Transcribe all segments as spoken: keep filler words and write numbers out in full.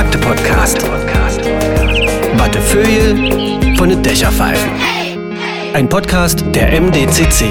Magde-Podcast. Wattefeuille von den Dächerpfeifen. Ein Podcast der M D C C.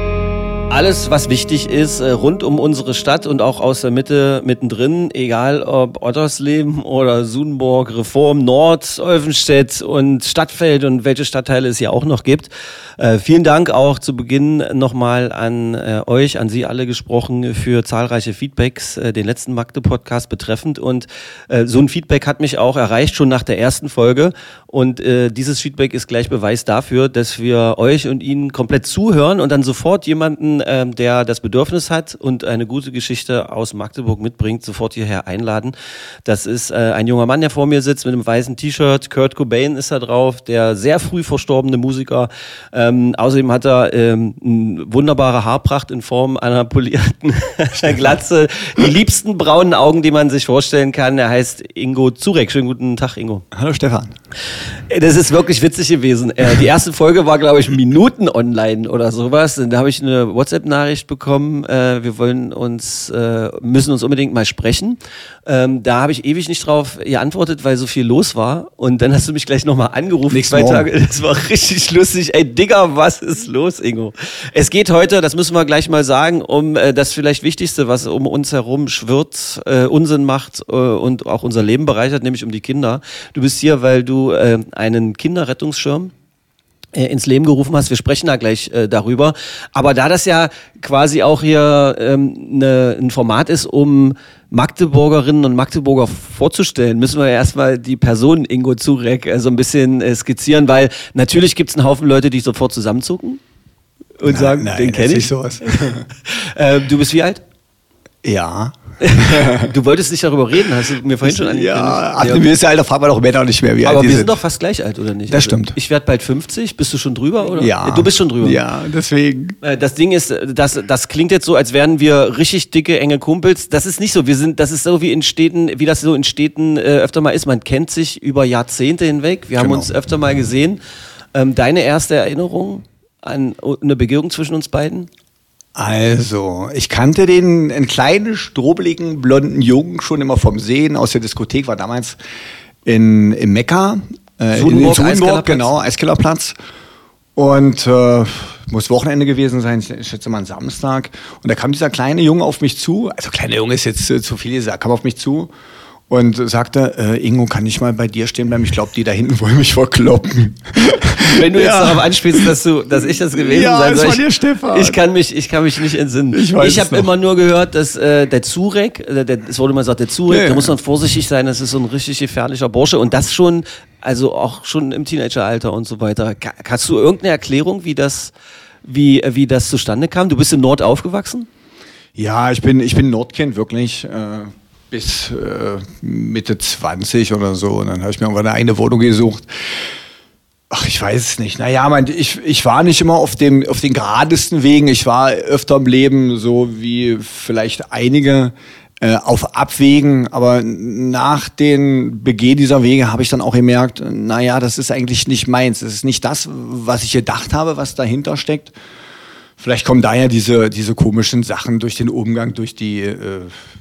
Alles, was wichtig ist, rund um unsere Stadt und auch aus der Mitte, mittendrin, egal ob Ottersleben oder Sudenburg, Reform, Nord, Olvenstedt und Stadtfeld und welche Stadtteile es hier auch noch gibt. Äh, vielen Dank auch zu Beginn nochmal an äh, euch, an Sie alle gesprochen für zahlreiche Feedbacks, äh, den letzten Magde-Podcast betreffend. Und äh, so ein Feedback hat mich auch erreicht, schon nach der ersten Folge. Und äh, dieses Feedback ist gleich Beweis dafür, dass wir euch und Ihnen komplett zuhören und dann sofort jemanden, äh, der das Bedürfnis hat und eine gute Geschichte aus Magdeburg mitbringt, sofort hierher einladen. Das ist äh, ein junger Mann, der vor mir sitzt mit einem weißen T-Shirt. Kurt Cobain ist da drauf, der sehr früh verstorbene Musiker. Ähm, außerdem hat er ähm, eine wunderbare Haarpracht in Form einer polierten Glatze. Die liebsten braunen Augen, die man sich vorstellen kann. Er heißt Ingo Zurek. Schönen guten Tag, Ingo. Hallo Stefan. Das ist wirklich witzig gewesen. Äh, die erste Folge war, glaube ich, Minuten online oder sowas. Da habe ich eine WhatsApp-Nachricht bekommen. Äh, wir wollen uns, äh, müssen uns unbedingt mal sprechen. Ähm, da habe ich ewig nicht drauf geantwortet, weil so viel los war. Und dann hast du mich gleich nochmal angerufen. Nächsten zwei Morgen. Tage. Das war richtig lustig. Ey, Digga, was ist los, Ingo? Es geht heute, das müssen wir gleich mal sagen, um äh, das vielleicht Wichtigste, was um uns herum schwirrt, äh, Unsinn macht äh, und auch unser Leben bereichert, nämlich um die Kinder. Du bist hier, weil du äh, einen Kinderrettungsschirm äh, ins Leben gerufen hast. Wir sprechen da gleich äh, darüber. Aber da das ja quasi auch hier ähm, ne, ein Format ist, um Magdeburgerinnen und Magdeburger vorzustellen, müssen wir ja erstmal die Person Ingo Zurek äh, so ein bisschen äh, skizzieren, weil natürlich gibt es einen Haufen Leute, die sofort zusammenzucken und nein, sagen, nein, den kenne ich. Nicht sowas. äh, du bist wie alt? Ja. Du wolltest nicht darüber reden, hast du mir vorhin schon angekündigt. Ja, ab einem gewissen Alter fragt man doch Männer nicht mehr, wie Aber alt die wir sind. sind doch fast gleich alt, oder nicht? Das stimmt. Ich werde bald fünfzig. Bist du schon drüber, oder? Ja. Du bist schon drüber. Ja, deswegen. Das Ding ist, das, das klingt jetzt so, als wären wir richtig dicke, enge Kumpels. Das ist nicht so. Wir sind, das ist so wie in Städten, wie das so in Städten äh, öfter mal ist. Man kennt sich über Jahrzehnte hinweg. Wir haben Genau. uns öfter mal gesehen. Ähm, deine erste Erinnerung an eine Begegnung zwischen uns beiden? Also, ich kannte den einen kleinen, strobeligen, blonden Jungen schon immer vom Sehen aus der Diskothek, war damals in, in Mekka, äh, Sudenburg, in, in Eiskellerplatz. genau, Eiskellerplatz. Und äh, muss Wochenende gewesen sein, ich schätze mal ein Samstag. Und da kam dieser kleine Junge auf mich zu, also kleiner Junge ist jetzt äh, zu viel gesagt, kam auf mich zu und sagte, äh, Ingo, kann ich mal bei dir stehen bleiben? Ich glaube, die da hinten wollen mich verkloppen. Wenn du jetzt Ja. darauf anspielst, dass du, dass ich das gewesen Ja, sein das soll. war ich, dir, Stefan. Ich kann mich, ich kann mich nicht entsinnen. Ich weiß ich es habe noch. immer nur gehört, dass äh, der Zurek, äh, der, es wurde immer gesagt, der Zurek, Ja. da muss man vorsichtig sein, das ist so ein richtig gefährlicher Bursche und das schon, also auch schon im Teenageralter und so weiter. Ka- Hast du irgendeine Erklärung, wie das, wie, äh, wie das zustande kam? Du bist im Nord aufgewachsen? Ja, ich bin, ich bin Nordkind, wirklich. Äh, bis äh, Mitte zwanzig oder so. Und dann habe ich mir irgendwann eine Wohnung gesucht. Ach, ich weiß es nicht. Naja, man, ich, ich war nicht immer auf, dem, auf den geradesten Wegen. Ich war öfter im Leben, so wie vielleicht einige, äh, auf Abwägen. Aber nach dem Begehen dieser Wege habe ich dann auch gemerkt, naja, das ist eigentlich nicht meins. Das ist nicht das, was ich gedacht habe, was dahinter steckt. Vielleicht kommen daher diese, diese komischen Sachen durch den Umgang, durch die, äh,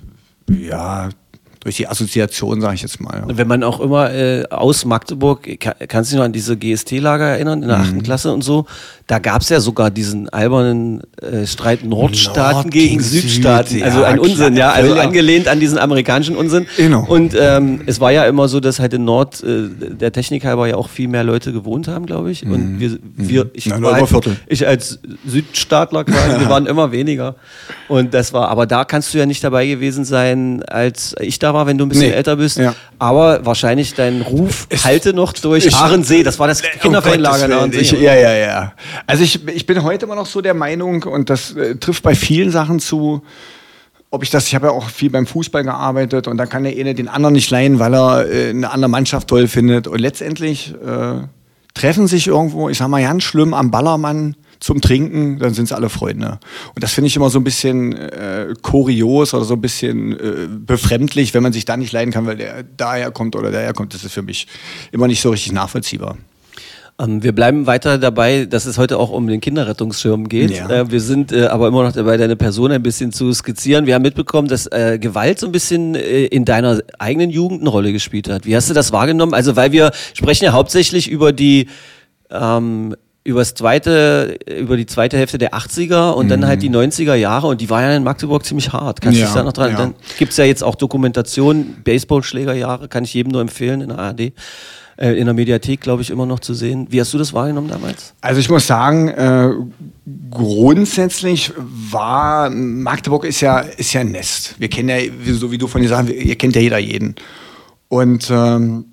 ja, durch die Assoziation, sage ich jetzt mal. Wenn man auch immer äh, aus Magdeburg, kann, kannst du dich noch an diese G S T-Lager erinnern, in der achten Klasse und so, da gab es ja sogar diesen albernen äh, Streit Nordstaaten Nord gegen gegen Südstaaten, Süd, also ja, ein Unsinn, klar, ja, also völlig. angelehnt an diesen amerikanischen Unsinn. Genau. Und ähm, es war ja immer so, dass halt in Nord äh, der Technik halber ja auch viel mehr Leute gewohnt haben, glaube ich. Und wir, wir ich, Na, war halt, Viertel. ich als Südstaatler quasi, wir waren immer weniger. Und das war, aber da kannst du ja nicht dabei gewesen sein, als ich da war, wenn du ein bisschen Nee. älter bist. Ja. Aber wahrscheinlich dein Ruf Es- halte noch durch ich- Ahrensee. Das war das Kinderferienlager in Um Gottes Ahrensee. Willen. Ich, ja, ja, ja. Also ich, ich bin heute immer noch so der Meinung, und das äh, trifft bei vielen Sachen zu, ob ich das, ich habe ja auch viel beim Fußball gearbeitet und da kann der eine den anderen nicht leihen, weil er äh, eine andere Mannschaft toll findet. Und letztendlich äh, treffen sich irgendwo, ich sag mal ganz schlimm, am Ballermann zum Trinken, dann sind es alle Freunde. Und das finde ich immer so ein bisschen äh, kurios oder so ein bisschen äh, befremdlich, wenn man sich da nicht leiden kann, weil der daher kommt oder daher kommt. Das ist für mich immer nicht so richtig nachvollziehbar. Ähm, wir bleiben weiter dabei, dass es heute auch um den Kinderrettungsschirm geht. Ja. Äh, wir sind äh, aber immer noch dabei, deine Person ein bisschen zu skizzieren. Wir haben mitbekommen, dass äh, Gewalt so ein bisschen äh, in deiner eigenen Jugend eine Rolle gespielt hat. Wie hast du das wahrgenommen? Also, weil wir sprechen ja hauptsächlich über die ähm, über das zweite, über die zweite Hälfte der achtziger und mhm. dann halt die neunziger Jahre und die war ja in Magdeburg ziemlich hart. Kannst du ja, dich da noch dran? Ja. Dann gibt's ja jetzt auch Dokumentationen, Baseballschlägerjahre, kann ich jedem nur empfehlen in der A R D. Äh, in der Mediathek, glaube ich, immer noch zu sehen. Wie hast du das wahrgenommen damals? Also ich muss sagen, äh, grundsätzlich war, Magdeburg ist ja, ist ja ein Nest. Wir kennen ja, so wie du von dir sagst, ihr kennt ja jeder jeden. Und ähm,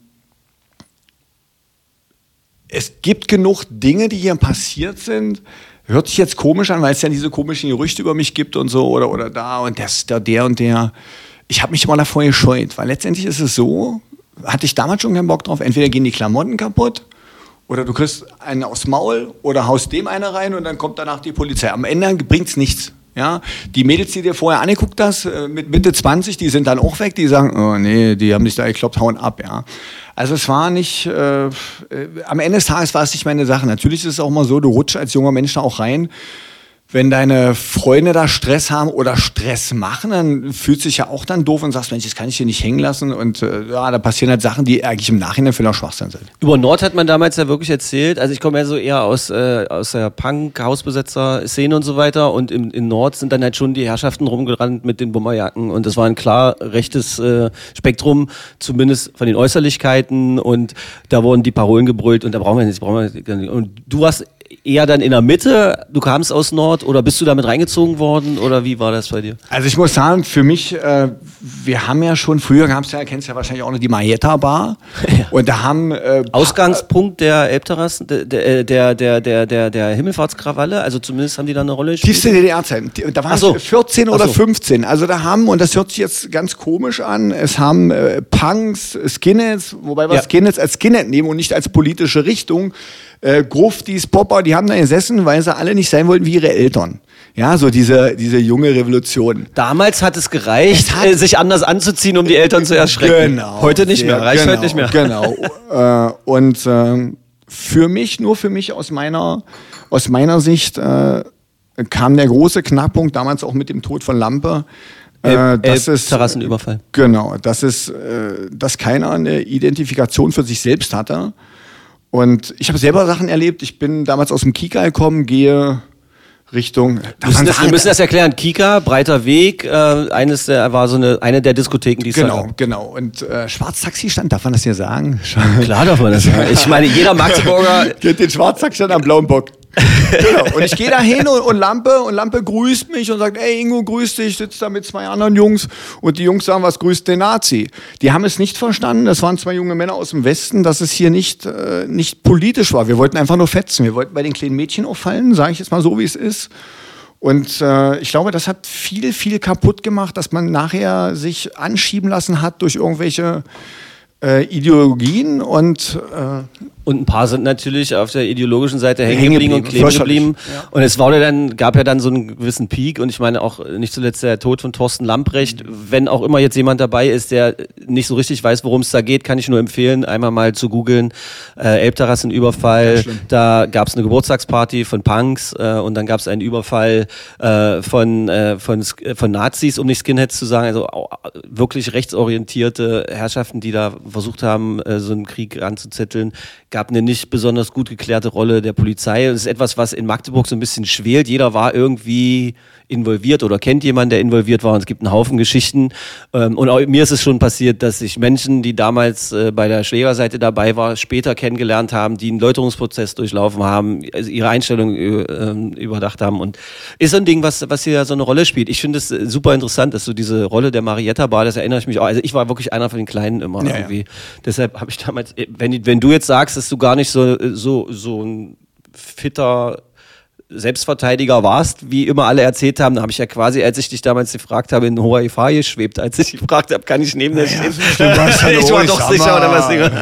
es gibt genug Dinge, die hier passiert sind. Hört sich jetzt komisch an, weil es ja diese komischen Gerüchte über mich gibt und so oder, oder da und das, der, der und der. Ich habe mich immer davor gescheut, weil letztendlich ist es so, hatte ich damals schon keinen Bock drauf, entweder gehen die Klamotten kaputt oder du kriegst einen aufs Maul oder haust dem einer rein und dann kommt danach die Polizei. Am Ende bringt's nichts. Ja, die Mädels, die dir vorher angeguckt hast, mit Mitte zwanzig, die sind dann auch weg, die sagen, oh nee, die haben sich da gekloppt, hauen ab, ja. Also es war nicht, äh, äh, am Ende des Tages war es nicht meine Sache. Natürlich ist es auch mal so, du rutschst als junger Mensch da auch rein. Wenn deine Freunde da Stress haben oder Stress machen, dann fühlt sich ja auch dann doof und sagst, Mensch, das kann ich hier nicht hängen lassen. Und äh, ja, da passieren halt Sachen, die eigentlich im Nachhinein für den Schwachsinn sind. Über Nord hat man damals ja wirklich erzählt, also ich komme ja so eher aus, äh, aus der Punk-Hausbesetzer-Szene und so weiter und im, in Nord sind dann halt schon die Herrschaften rumgerannt mit den Bummerjacken und das war ein klar rechtes äh, Spektrum, zumindest von den Äußerlichkeiten und da wurden die Parolen gebrüllt und da brauchen wir nicht, brauchen wir nicht. Und du warst eher dann in der Mitte, du kamst aus Nord oder bist du damit reingezogen worden oder wie war das bei dir? Also ich muss sagen, für mich, äh, wir haben ja schon, früher gab es ja, kennst du ja wahrscheinlich auch noch die Marietta Bar ja. und da haben... Äh, Ausgangspunkt der Elbterrassen, der, der, der, der, der, der Himmelfahrtskrawalle, also zumindest haben die da eine Rolle gespielt? Tiefste D D R-Zeiten, da waren so. es vierzehn oder so. fünfzehn, also da haben, und das hört sich jetzt ganz komisch an, es haben äh, Punks, Skinheads, wobei wir ja. Skinheads als Skinhead nehmen und nicht als politische Richtung, Äh, Gruftis, Popper, die haben da gesessen, weil sie alle nicht sein wollten wie ihre Eltern. Ja, so diese, diese junge Revolution. Damals hat es gereicht, es hat äh, sich anders anzuziehen, um die Eltern zu erschrecken. Genau. Heute nicht mehr, reicht genau, heute nicht mehr. Genau. äh, und äh, für mich, nur für mich aus meiner, aus meiner Sicht, äh, kam der große Knackpunkt, damals auch mit dem Tod von Lampe. Äh, das ist Terrassenüberfall. Genau, das ist, äh, dass keiner eine Identifikation für sich selbst hatte. Und ich habe selber Sachen erlebt. Ich bin damals aus dem Kika gekommen, gehe Richtung... Wir müssen, das, wir müssen das erklären. Kika, breiter Weg, äh, eines der, war so eine, eine der Diskotheken, die es Genau, gab. genau. Und äh, Schwarztaxi-Stand, darf man das hier sagen? Klar darf man das sagen. Ich meine, jeder Magdeburger... Kennt den Schwarztaxi-Stand am Blauen Bock. Genau. Und ich gehe da hin und, und Lampe und Lampe grüßt mich und sagt, ey Ingo, grüß dich, sitzt da mit zwei anderen Jungs und die Jungs sagen, was grüßt den Nazi? Die haben es nicht verstanden, das waren zwei junge Männer aus dem Westen, dass es hier nicht, äh, nicht politisch war. Wir wollten einfach nur fetzen, wir wollten bei den kleinen Mädchen auffallen, sage ich jetzt mal so, wie es ist. Und äh, ich glaube, das hat viel, viel kaputt gemacht, dass man nachher sich anschieben lassen hat durch irgendwelche äh, Ideologien und äh, Und ein paar sind natürlich auf der ideologischen Seite hängen geblieben und kleben geblieben. Ja. Und es wurde dann, gab ja dann so einen gewissen Peak und ich meine auch nicht zuletzt der Tod von Thorsten Lamprecht. Wenn auch immer jetzt jemand dabei ist, der nicht so richtig weiß, worum es da geht, kann ich nur empfehlen, einmal mal zu googeln. Äh, Elbterrassenüberfall, da gab es eine Geburtstagsparty von Punks äh, und dann gab es einen Überfall äh, von, äh, von, von Nazis, um nicht Skinheads zu sagen, also wirklich rechtsorientierte Herrschaften, die da versucht haben, äh, so einen Krieg anzuzetteln. Gab eine nicht besonders gut geklärte Rolle der Polizei. Das ist etwas, was in Magdeburg so ein bisschen schwelt. Jeder war irgendwie involviert oder kennt jemanden, der involviert war. Und es gibt einen Haufen Geschichten. Und auch mir ist es schon passiert, dass sich Menschen, die damals bei der Schlägerseite dabei waren, später kennengelernt haben, die einen Läuterungsprozess durchlaufen haben, also ihre Einstellung überdacht haben. Und ist so ein Ding, was, was hier so eine Rolle spielt. Ich finde es super interessant, dass so diese Rolle der Marietta Bar, das erinnere ich mich auch. Also ich war wirklich einer von den Kleinen immer ja, irgendwie. Ja. Deshalb habe ich damals, wenn, wenn du jetzt sagst, dass du gar nicht so, so, so ein fitter Selbstverteidiger warst, wie immer alle erzählt haben, da habe ich ja quasi, als ich dich damals gefragt habe, in hoher Gefahr geschwebt, als ich gefragt habe, kann ich neben dir stehen? Ja, ich war doch sicher, oder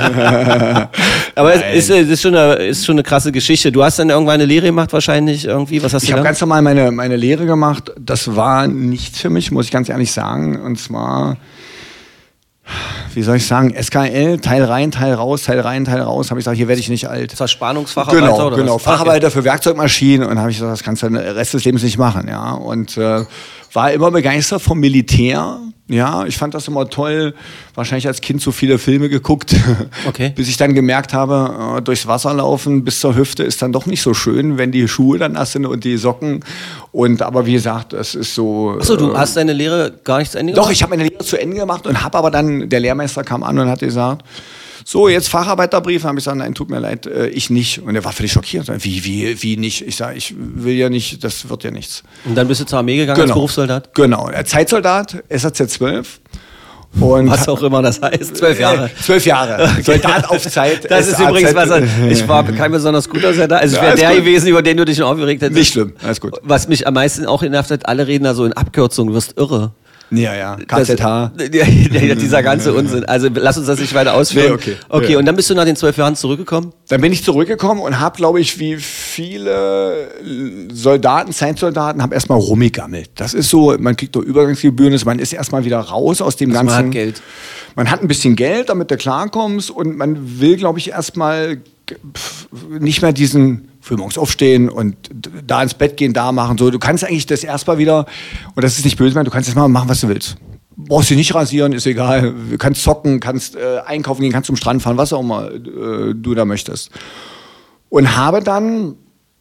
was? Aber es ist, ist, schon eine, ist schon eine krasse Geschichte. Du hast dann irgendwann eine Lehre gemacht wahrscheinlich irgendwie, was hast ich du Ich habe da? ganz normal meine, meine Lehre gemacht. Das war nichts für mich, muss ich ganz ehrlich sagen. Und zwar wie soll ich sagen, S K L, Teil rein, Teil raus, Teil rein, Teil raus. Habe ich gesagt, hier werde ich nicht alt. Das war Spannungsfacharbeiter genau, oder genau, was? Facharbeiter für Werkzeugmaschinen. Und habe ich gesagt, das kannst du den Rest des Lebens nicht machen. Ja, und äh, war immer begeistert vom Militär. Ja, ich fand das immer toll. Wahrscheinlich als Kind so viele Filme geguckt, okay. bis ich dann gemerkt habe, äh, durchs Wasser laufen bis zur Hüfte ist dann doch nicht so schön, wenn die Schuhe dann nass sind und die Socken. Und aber wie gesagt, es ist so. Achso, du äh, hast deine Lehre gar nicht zu Ende gemacht? Doch, ich habe meine Lehre zu Ende gemacht und habe aber dann, der Lehrmeister kam an und hat gesagt, so, jetzt Facharbeiterbrief. Dann habe ich gesagt, nein, tut mir leid, äh, ich nicht. Und er war völlig schockiert. Wie, wie, wie nicht? Ich sage, ich will ja nicht, das wird ja nichts. Und dann bist du zur Armee gegangen Genau. als Berufssoldat? Genau, Zeitsoldat, S A Z zwölf. Und was auch immer das heißt, zwölf Jahre. Äh, zwölf Jahre, okay. Soldat auf Zeit. Das ist S A Z. übrigens was, ich war kein besonders guter Soldat, also ich wäre Ja, der gut. gewesen, über den du dich schon aufgeregt hättest. Nicht schlimm, alles gut. Was mich am meisten auch genervt hat, alle reden da so in Abkürzungen, du wirst irre. Ja, ja, K Z H. Das, ja, ja, dieser ganze Unsinn. Also lass uns das nicht weiter ausführen. Nee, okay. Okay, Ja. und dann bist du nach den zwölf Jahren zurückgekommen? Dann bin ich zurückgekommen und habe, glaube ich, wie viele Soldaten, Zeitsoldaten, habe erstmal rumgegammelt. Das ist so, man kriegt doch Übergangsgebühren, man ist erstmal wieder raus aus dem Also ganzen. man hat Geld. Man hat ein bisschen Geld, damit du klarkommst und man will, glaube ich, erstmal nicht mehr diesen früh morgens aufstehen und da ins Bett gehen, da machen. So, du kannst eigentlich das erstmal wieder, und das ist nicht böse, du kannst erstmal machen, was du willst. Brauchst dich nicht rasieren, ist egal. Du kannst zocken, kannst äh, einkaufen gehen, kannst zum Strand fahren, was auch immer äh, du da möchtest. Und habe dann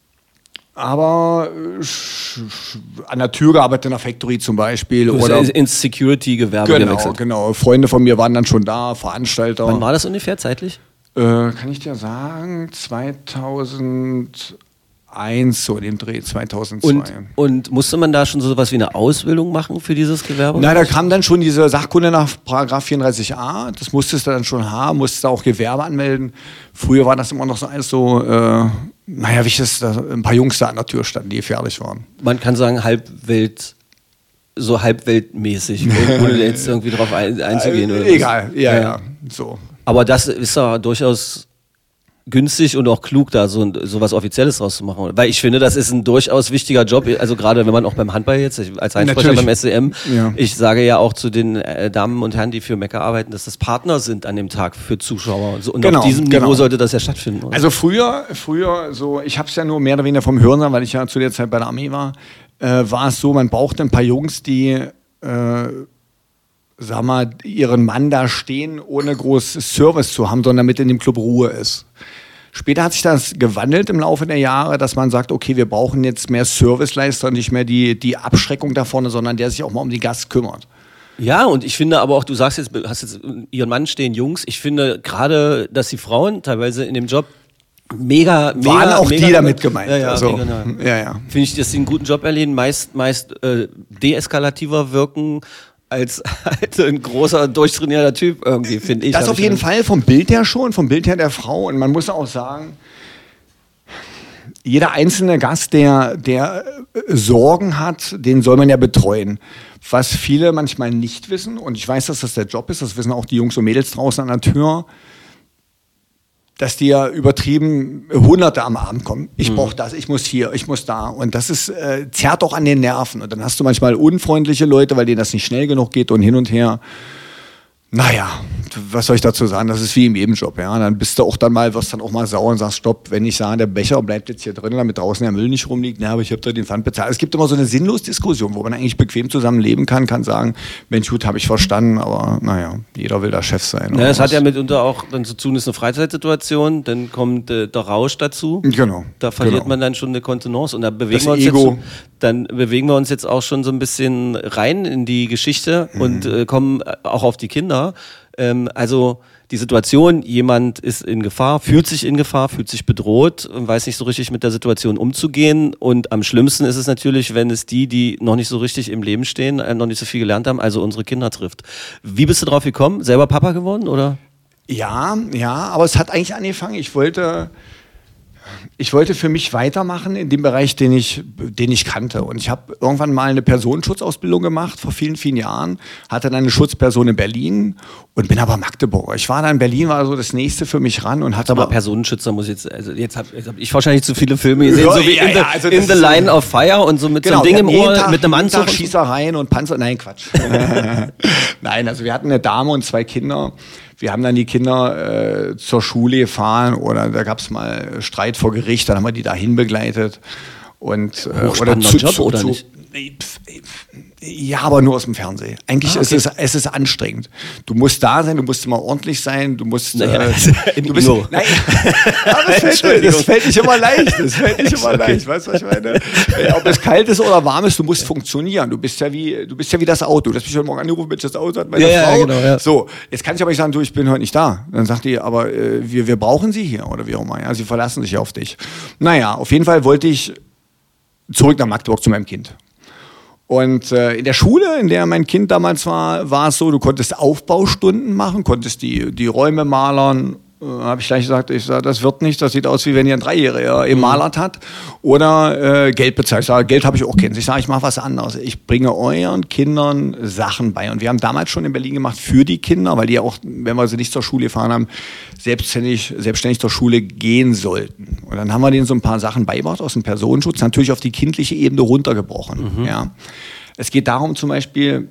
aber äh, sch- sch- an der Tür gearbeitet, in der Factory zum Beispiel. Du bist Oder ins Security-Gewerbe genau, gewechselt. genau. Freunde von mir waren dann schon da, Veranstalter. Wann war das ungefähr zeitlich? Äh, kann ich dir sagen, zweitausendeins, so in dem Dreh, zweitausendzwei. Und, und musste man da schon so was wie eine Ausbildung machen für dieses Gewerbe? Na, da kam dann schon diese Sachkunde nach Paragraph vierunddreißig a. Das musstest du dann schon haben, musstest du auch Gewerbe anmelden. Früher war das immer noch so alles so, äh, naja, wie ich das, da ein paar Jungs da an der Tür standen, die fertig waren. Man kann sagen, Halbwelt, so halbweltmäßig, ohne jetzt irgendwie drauf ein, einzugehen. Oder Äh, egal, ja, ja, ja, so. Aber das ist ja durchaus günstig und auch klug, da so, so was Offizielles draus zu machen. Weil ich finde, das ist ein durchaus wichtiger Job, also gerade wenn man auch beim Handball jetzt, ich, als Heinsprecher beim S C M, Ja. ich sage ja auch zu den äh, Damen und Herren, die für Mecca arbeiten, dass das Partner sind an dem Tag für Zuschauer. Und, so. Und Genau, auf diesem genau. Niveau sollte das ja stattfinden. Oder? Also früher, früher so, ich habe es ja nur mehr oder weniger vom Hören, weil ich ja zu der Zeit bei der Armee war, äh, war es so, man brauchte ein paar Jungs, die äh, sag mal, ihren Mann da stehen, ohne groß Service zu haben, sondern damit in dem Club Ruhe ist. Später hat sich das gewandelt im Laufe der Jahre, dass man sagt, okay, wir brauchen jetzt mehr Serviceleister, nicht mehr die, die Abschreckung da vorne, sondern der sich auch mal um den Gast kümmert. Ja, und ich finde aber auch, du sagst jetzt, hast jetzt ihren Mann stehen Jungs, ich finde gerade, dass die Frauen teilweise in dem Job mega, mega, Waren auch mega, die damit gemeint. Ja, ja, also, regional. ja, ja. Finde ich, dass sie einen guten Job erledigen, meist, meist äh, deeskalativer wirken als halt ein großer, durchtrainierter Typ irgendwie, finde ich. Das Hab auf ich jeden dann- Fall, vom Bild her schon, vom Bild her der Frau. Und man muss auch sagen, jeder einzelne Gast, der, der äh, Sorgen hat, den soll man ja betreuen. Was viele manchmal nicht wissen, und ich weiß, dass das der Job ist, das wissen auch die Jungs und Mädels draußen an der Tür, dass die ja übertrieben Hunderte am Abend kommen. Ich brauche das, ich muss hier, ich muss da. Und das ist, äh, zerrt auch an den Nerven. Und dann hast du manchmal unfreundliche Leute, weil denen das nicht schnell genug geht und hin und her. Naja, was soll ich dazu sagen? Das ist wie im Nebenjob, ja. Dann bist du auch dann mal, wirst dann auch mal sauer und sagst, stopp, wenn ich sage, der Becher bleibt jetzt hier drin, damit draußen der Müll nicht rumliegt, na, aber ich habe da den Pfand bezahlt. Es gibt immer so eine sinnlose Diskussion, wo man eigentlich bequem zusammen leben kann, kann sagen, Mensch, gut, habe ich verstanden, aber naja, jeder will da Chef sein. Ja, das hat ja mitunter auch dann zu tun, ist eine Freizeitsituation, dann kommt äh, der Rausch dazu. Genau. Da verliert genau. man dann schon eine Kontenance und da bewegen Das wir uns Ego. jetzt, dann bewegen wir uns jetzt auch schon so ein bisschen rein in die Geschichte Mhm. und äh, kommen auch auf die Kinder. Ähm, also die Situation, jemand ist in Gefahr, fühlt sich in Gefahr, fühlt sich bedroht und weiß nicht so richtig mit der Situation umzugehen. Und am schlimmsten ist es natürlich, wenn es die, die noch nicht so richtig im Leben stehen, äh, noch nicht so viel gelernt haben, also unsere Kinder trifft. Wie bist du drauf gekommen? Selber Papa geworden, oder? Ja, ja, aber es hat eigentlich angefangen, ich wollte, ich wollte für mich weitermachen in dem Bereich, den ich, den ich kannte. Und ich habe irgendwann mal eine Personenschutzausbildung gemacht, vor vielen, vielen Jahren. Hatte dann eine Schutzperson in Berlin und bin aber Magdeburger. Ich war dann in Berlin, war so das nächste für mich ran und hatte aber... aber Personenschützer muss jetzt... Also jetzt habe hab ich wahrscheinlich zu viele Filme gesehen, ja, so wie ja, In the, ja, also in the Line so of Fire und so mit genau, so einem Ding im Ohr, Tag, mit einem Anzug. Tag Schießereien und Panzer... Nein, Quatsch. Nein, also wir hatten eine Dame und zwei Kinder. Wir haben dann die Kinder äh, zur Schule gefahren oder da gab es mal Streit vor Gericht, dann haben wir die dahin begleitet. Und, äh, oder zu, Job, zu, oder zu, nicht? Ja, aber nur aus dem Fernsehen. Eigentlich ah, okay. ist es, es ist anstrengend. Du musst da sein, du musst immer ordentlich sein, du musst... Naja, äh, du bist, nein, ja, das, fällt, das fällt nicht immer leicht. Das fällt nicht immer leicht. Weißt du, was ich meine? Ob es kalt ist oder warm ist, du musst funktionieren. Du bist ja wie, du bist ja wie das Auto. Du hast mich heute Morgen angerufen, Mensch, das Auto hat meine ja, Frau. Ja, genau, ja. So, jetzt kann ich aber nicht sagen, du, ich bin heute nicht da. Dann sagt die, aber äh, wir, wir brauchen sie hier oder wie auch immer. Ja, sie verlassen sich auf dich. Naja, auf jeden Fall wollte ich zurück nach Magdeburg zu meinem Kind. Und äh, in der Schule, in der mein Kind damals war, war es so, du konntest Aufbaustunden machen, konntest die, die Räume malern. Äh, habe ich gleich gesagt, ich sage, das wird nicht, das sieht aus, wie wenn ihr ein Dreijähriger gemalert hat. Oder äh, Geld bezahlt. Ich sage, Geld habe ich auch kennen. Ich sage, ich mache was anderes. Ich bringe euren Kindern Sachen bei. Und wir haben damals schon in Berlin gemacht für die Kinder, weil die ja auch, wenn wir sie nicht zur Schule gefahren haben, selbstständig, selbstständig zur Schule gehen sollten. Und dann haben wir denen so ein paar Sachen beigebracht aus dem Personenschutz, natürlich auf die kindliche Ebene runtergebrochen. Mhm. Ja. Es geht darum zum Beispiel,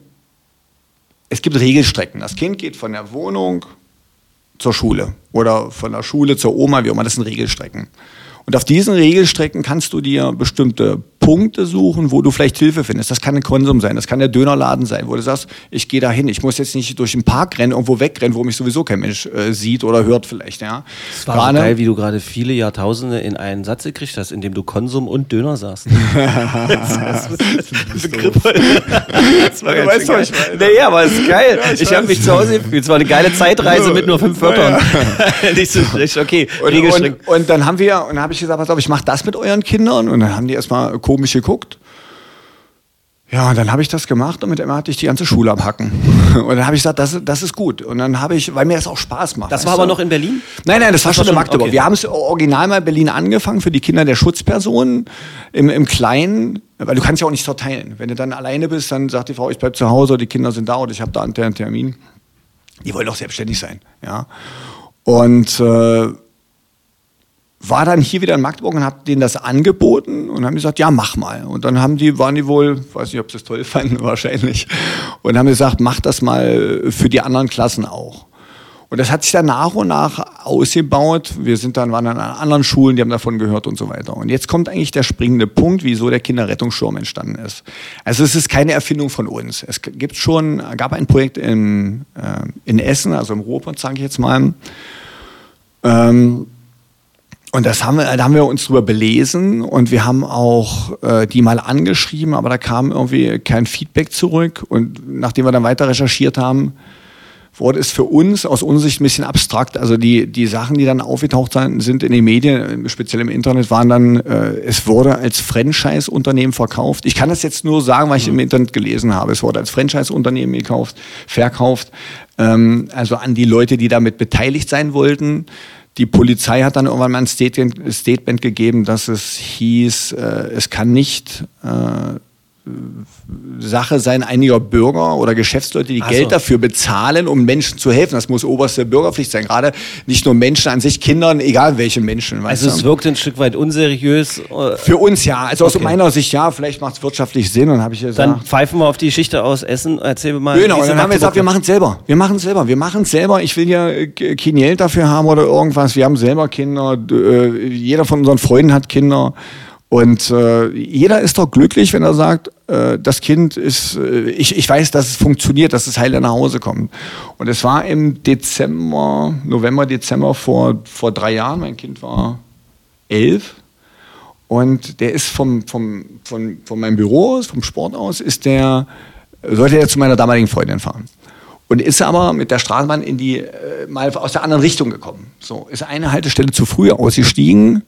es gibt Regelstrecken. Das Kind geht von der Wohnung zur Schule oder von der Schule zur Oma, wie auch immer, das sind Regelstrecken. Und auf diesen Regelstrecken kannst du dir bestimmte Punkte suchen, wo du vielleicht Hilfe findest. Das kann ein Konsum sein, das kann der Dönerladen sein, wo du sagst, ich gehe da hin, ich muss jetzt nicht durch den Park rennen, irgendwo wegrennen, wo mich sowieso kein Mensch äh, sieht oder hört vielleicht. Ja. Das war gerade so geil, wie du gerade viele Jahrtausende in einen Satz gekriegt hast, in dem du Konsum und Döner sagst. das, das war ganz schön geil. Naja, aber es ist geil. Ja, ich ich habe mich zu Hause gefühlt. Es war eine geile Zeitreise mit nur fünf Wörtern. Ja. Nicht so schlecht, okay. Und, und, und dann haben wir, und dann habe ich gesagt, pass auf, ich mache das mit euren Kindern. Und dann haben die erstmal komisch geguckt. Ja, und dann habe ich das gemacht und mit Emma hatte ich die ganze Schule am Hacken. Und dann habe ich gesagt, das, das ist gut. Und dann habe ich, weil mir das auch Spaß macht. Das war aber noch in Berlin? Nein, nein, das, das war schon in Magdeburg. Okay. Wir haben es original mal in Berlin angefangen für die Kinder der Schutzpersonen im, im Kleinen. Weil du kannst ja auch nicht verteilen. Wenn du dann alleine bist, dann sagt die Frau, ich bleib zu Hause, die Kinder sind da und ich habe da einen Termin. Die wollen auch selbstständig sein. Ja. Und äh, war dann hier wieder in Magdeburg und habe denen das angeboten und haben gesagt, ja, mach mal. Und dann haben die, waren die wohl, weiß nicht, ob sie es toll fanden, wahrscheinlich, und haben gesagt, mach das mal für die anderen Klassen auch. Und das hat sich dann nach und nach ausgebaut. Wir sind dann, waren dann an anderen Schulen, die haben davon gehört und so weiter. Und jetzt kommt eigentlich der springende Punkt, wieso der Kinderrettungsschirm entstanden ist. Also es ist keine Erfindung von uns. Es gibt schon, gab ein Projekt in, äh, in Essen, also im Ruhrpott, sage ich jetzt mal, ähm, und das haben wir, da haben wir uns drüber belesen und wir haben auch äh, die mal angeschrieben, aber da kam irgendwie kein Feedback zurück. Und nachdem wir dann weiter recherchiert haben, wurde es für uns aus unserer Sicht ein bisschen abstrakt. Also die, die Sachen, die dann aufgetaucht sind in den Medien, speziell im Internet, waren dann, äh, es wurde als Franchise-Unternehmen verkauft. Ich kann das jetzt nur sagen, weil ich mhm. im Internet gelesen habe. Es wurde als Franchise-Unternehmen gekauft, verkauft, ähm, also an die Leute, die damit beteiligt sein wollten. Die Polizei hat dann irgendwann mal ein Statement, Statement gegeben, dass es hieß, äh, es kann nicht äh, Sache sein einiger Bürger oder Geschäftsleute, die Ach Geld so. dafür bezahlen, um Menschen zu helfen. Das muss oberste Bürgerpflicht sein. Gerade nicht nur Menschen an sich, Kindern, egal welche Menschen. Also weißt es du? wirkt ein Stück weit unseriös. Für uns ja. Also Okay. aus meiner Sicht ja. Vielleicht macht es wirtschaftlich Sinn. Und habe ich gesagt, Dann pfeifen wir auf die Geschichte aus Essen. Erzähl mir mal. genau, wie und es in dann haben wir gesagt, wir Magdeburg- machen es selber. Wir machen es selber. Wir machen es selber. Ich will ja äh, kein Geld dafür haben oder irgendwas. Wir haben selber Kinder. Äh, jeder von unseren Freunden hat Kinder. Und äh, jeder ist doch glücklich, wenn er sagt, äh, das Kind ist, äh, ich, ich weiß, dass es funktioniert, dass es heil nach Hause kommt. Und es war im Dezember, November, Dezember vor, vor drei Jahren. Mein Kind war elf. Und der ist vom, vom, von, von meinem Büro aus, vom Sport aus, ist der, sollte er zu meiner damaligen Freundin fahren. Und ist aber mit der Straßenbahn in die, äh, mal aus der anderen Richtung gekommen. So, ist eine Haltestelle zu früh ausgestiegen.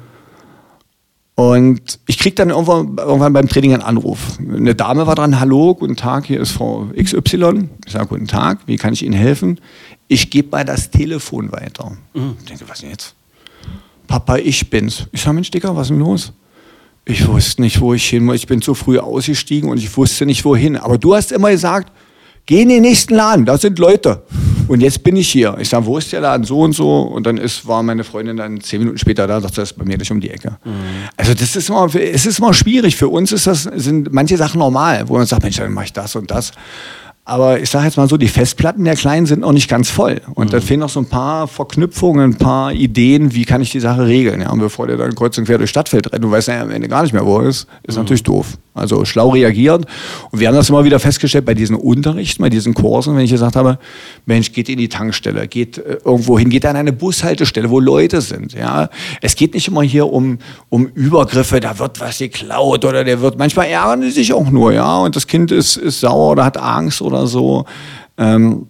Und ich krieg dann irgendwann, irgendwann beim Training einen Anruf. Eine Dame war dran, hallo, guten Tag, hier ist Frau X Y. Ich sage, guten Tag, wie kann ich Ihnen helfen? Ich gebe mal das Telefon weiter. Mhm. Ich denke, was denn jetzt? Papa, ich bin's. Ich sag, Mensch, Dicker, was ist denn los? Ich wusste nicht, wo ich hin muss. Ich bin zu früh ausgestiegen und ich wusste nicht, wohin. Aber du hast immer gesagt, geh in den nächsten Laden, da sind Leute. Und jetzt bin ich hier. Ich sage, wo ist der Laden? So und so. Und dann ist, war meine Freundin dann zehn Minuten später da, dachte, das ist bei mir nicht um die Ecke. Mhm. Also das ist immer, es ist immer schwierig. Für uns ist das, sind manche Sachen normal, wo man sagt, Mensch, dann mache ich das und das. Aber ich sage jetzt mal so, die Festplatten der Kleinen sind noch nicht ganz voll. Und mhm. da fehlen noch so ein paar Verknüpfungen, ein paar Ideen, wie kann ich die Sache regeln. Ja, und bevor der dann kreuz und quer durch Stadtfeld rennt, du weißt ja am Ende gar nicht mehr, wo er ist, ist mhm. natürlich doof. Also schlau reagiert. Und wir haben das immer wieder festgestellt bei diesen Unterrichten, bei diesen Kursen, wenn ich gesagt habe, Mensch, geht in die Tankstelle, geht äh, irgendwo hin, geht an eine Bushaltestelle, wo Leute sind. Ja, es geht nicht immer hier um, um Übergriffe, da wird was geklaut oder der wird, manchmal ärgern die sich auch nur, ja, und das Kind ist, ist sauer oder hat Angst oder so. Ähm,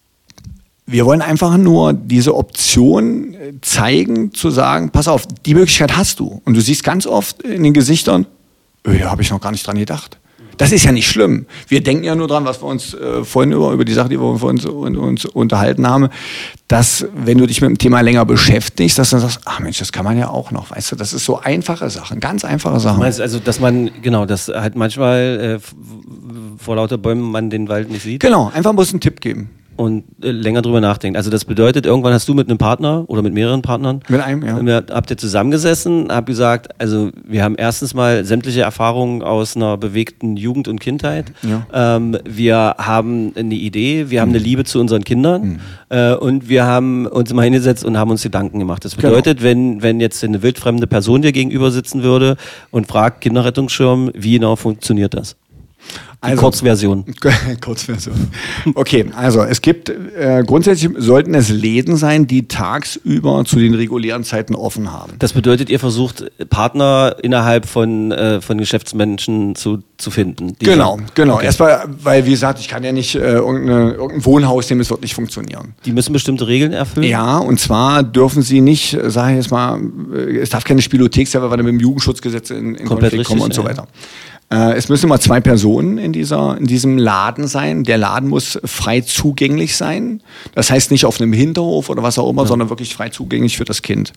wir wollen einfach nur diese Option zeigen, zu sagen, pass auf, die Möglichkeit hast du. Und du siehst ganz oft in den Gesichtern, öh, da habe ich noch gar nicht dran gedacht. Das ist ja nicht schlimm. Wir denken ja nur dran, was wir uns äh, vorhin über, über die Sache, die wir uns, uns unterhalten haben, dass, wenn du dich mit dem Thema länger beschäftigst, dass du dann sagst, ach Mensch, das kann man ja auch noch, weißt du, das ist so einfache Sachen, ganz einfache Sachen. Du meinst also, dass man, genau, dass halt manchmal äh, vor lauter Bäumen man den Wald nicht sieht? Genau, einfach muss einen Tipp geben. Und äh, länger drüber nachdenken. Also das bedeutet, irgendwann hast du mit einem Partner oder mit mehreren Partnern, mit einem, ja. Wir, habt ihr zusammengesessen, habt gesagt, also wir haben erstens mal sämtliche Erfahrungen aus einer bewegten Jugend und Kindheit. Ja. Ähm, wir haben eine Idee, wir haben mhm. eine Liebe zu unseren Kindern mhm. äh, und wir haben uns mal hingesetzt und haben uns Gedanken gemacht. Das bedeutet, genau. wenn, wenn jetzt eine wildfremde Person dir gegenüber sitzen würde und fragt, Kinderrettungsschirm, wie genau funktioniert das? Die also, Kurzversion. Kurzversion. Okay, also es gibt, äh, grundsätzlich sollten es Läden sein, die tagsüber zu den regulären Zeiten offen haben. Das bedeutet, ihr versucht Partner innerhalb von, äh, von Geschäftsmenschen zu, zu finden? Genau, genau. Okay. Erstmal, weil wie gesagt, ich kann ja nicht äh, irgendein Wohnhaus nehmen, es wird nicht funktionieren. Die müssen bestimmte Regeln erfüllen? Ja, und zwar dürfen sie nicht, sage ich jetzt mal, es darf keine Spielothek sein, weil wir dann mit dem Jugendschutzgesetz in, in Konflikt richtig, kommen und ja. so weiter. Es müssen immer zwei Personen in, dieser, in diesem Laden sein. Der Laden muss frei zugänglich sein. Das heißt nicht auf einem Hinterhof oder was auch immer, ja. sondern wirklich frei zugänglich für das Kind.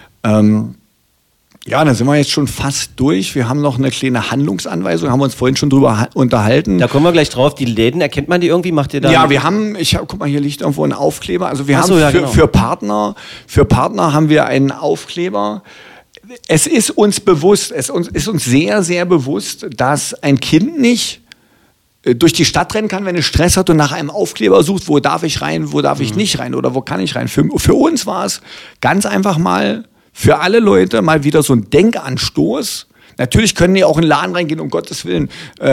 Ähm, ja, da sind wir jetzt schon fast durch. Wir haben noch eine kleine Handlungsanweisung, haben wir uns vorhin schon drüber unterhalten. Da kommen wir gleich drauf. Die Läden, erkennt man die irgendwie? Macht ihr da? Ja, wir haben, ich hab, guck mal, hier liegt irgendwo ein Aufkleber. Also wir Ach haben so, ja, für, genau. für Partner, für Partner haben wir einen Aufkleber. Es ist uns bewusst, es ist uns sehr, sehr bewusst, dass ein Kind nicht durch die Stadt rennen kann, wenn es Stress hat und nach einem Aufkleber sucht, wo darf ich rein, wo darf ich mhm. nicht rein oder wo kann ich rein. Für, für uns war es ganz einfach mal, für alle Leute mal wieder so ein Denkanstoß. Natürlich können die auch in den Laden reingehen, um Gottes Willen,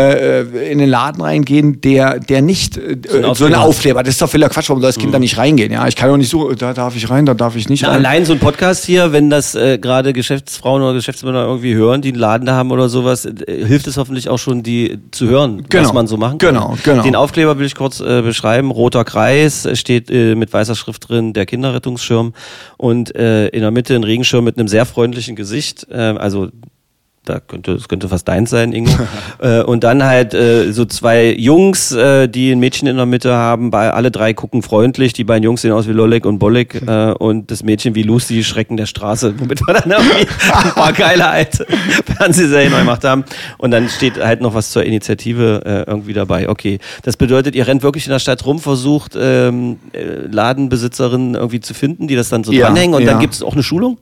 äh, in den Laden reingehen, der, der nicht äh, so, so einen Aufkleber hat. Das ist doch völliger Quatsch, warum soll das Kind mhm. da nicht reingehen? Ja, ich kann doch nicht so, da darf ich rein, da darf ich nicht Na, rein. Allein so ein Podcast hier, wenn das äh, gerade Geschäftsfrauen oder Geschäftsmänner irgendwie hören, die einen Laden da haben oder sowas, äh, hilft es hoffentlich auch schon, die zu hören, genau. was man so machen kann. Genau, genau. Den Aufkleber will ich kurz äh, beschreiben. Roter Kreis, steht äh, mit weißer Schrift drin, der Kinderrettungsschirm. Und äh, in der Mitte ein Regenschirm mit einem sehr freundlichen Gesicht. Äh, also Da könnte, das könnte fast deins sein, Ingo. äh, und dann halt äh, so zwei Jungs, äh, die ein Mädchen in der Mitte haben. Bei, alle drei gucken freundlich. Die beiden Jungs sehen aus wie Lolek und Bolek. Äh, und das Mädchen wie Lucy, Schrecken der Straße. Womit wir dann irgendwie ein paar geile alte Fernsehserien neu gemacht haben. Und dann steht halt noch was zur Initiative äh, irgendwie dabei. Okay, das bedeutet, ihr rennt wirklich in der Stadt rum, versucht ähm, Ladenbesitzerinnen irgendwie zu finden, die das dann so ja, dranhängen. Und ja. dann gibt es auch eine Schulung?